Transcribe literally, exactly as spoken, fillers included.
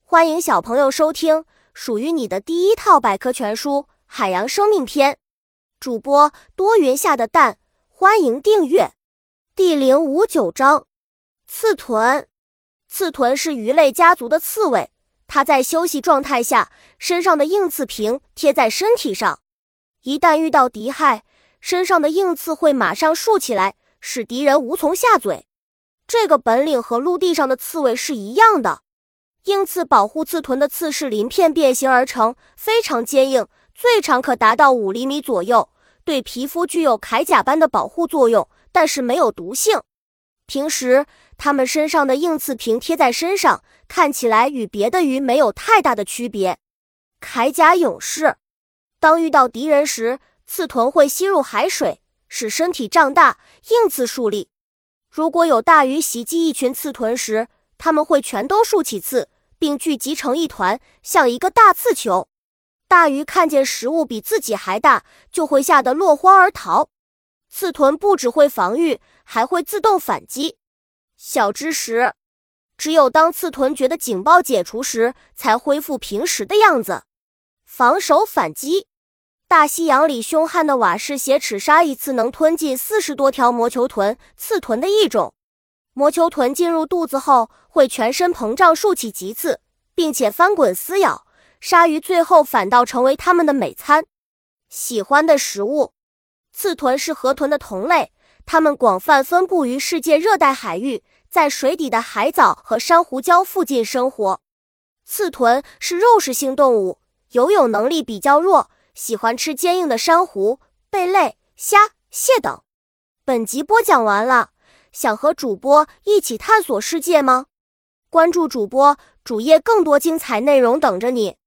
欢迎小朋友收听属于你的第一套百科全书《海洋生命篇》，主播多云下的蛋，欢迎订阅。第零五九章，刺豚。刺豚是鱼类家族的刺猬，它在休息状态下，身上的硬刺屏贴在身体上，一旦遇到敌害，身上的硬刺会马上竖起来，使敌人无从下嘴。这个本领和陆地上的刺猬是一样的。硬刺保护刺豚的刺是鳞片变形而成，非常坚硬，最长可达到五厘米左右，对皮肤具有铠甲般的保护作用，但是没有毒性。平时它们身上的硬刺屏贴在身上，看起来与别的鱼没有太大的区别。铠甲勇士。当遇到敌人时，刺豚会吸入海水，使身体胀大，硬刺竖立。如果有大鱼袭击一群刺豚时，它们会全都竖起刺，并聚集成一团，像一个大刺球。大鱼看见食物比自己还大，就会吓得落荒而逃。刺豚不只会防御，还会自动反击。小知识：只有当刺豚觉得警报解除时，才恢复平时的样子。防守反击。大西洋里凶悍的瓦氏斜齿鲨一次能吞进四十多条魔球豚，刺豚的一种。魔球豚进入肚子后，会全身膨胀竖起棘刺，并且翻滚撕咬，鲨鱼最后反倒成为它们的美餐。喜欢的食物。刺豚是河豚的同类，它们广泛分布于世界热带海域，在水底的海藻和珊瑚礁附近生活。刺豚是肉食性动物，游泳能力比较弱，喜欢吃坚硬的珊瑚、贝类、虾、蟹等。本集播讲完了，想和主播一起探索世界吗？关注主播主页，更多精彩内容等着你。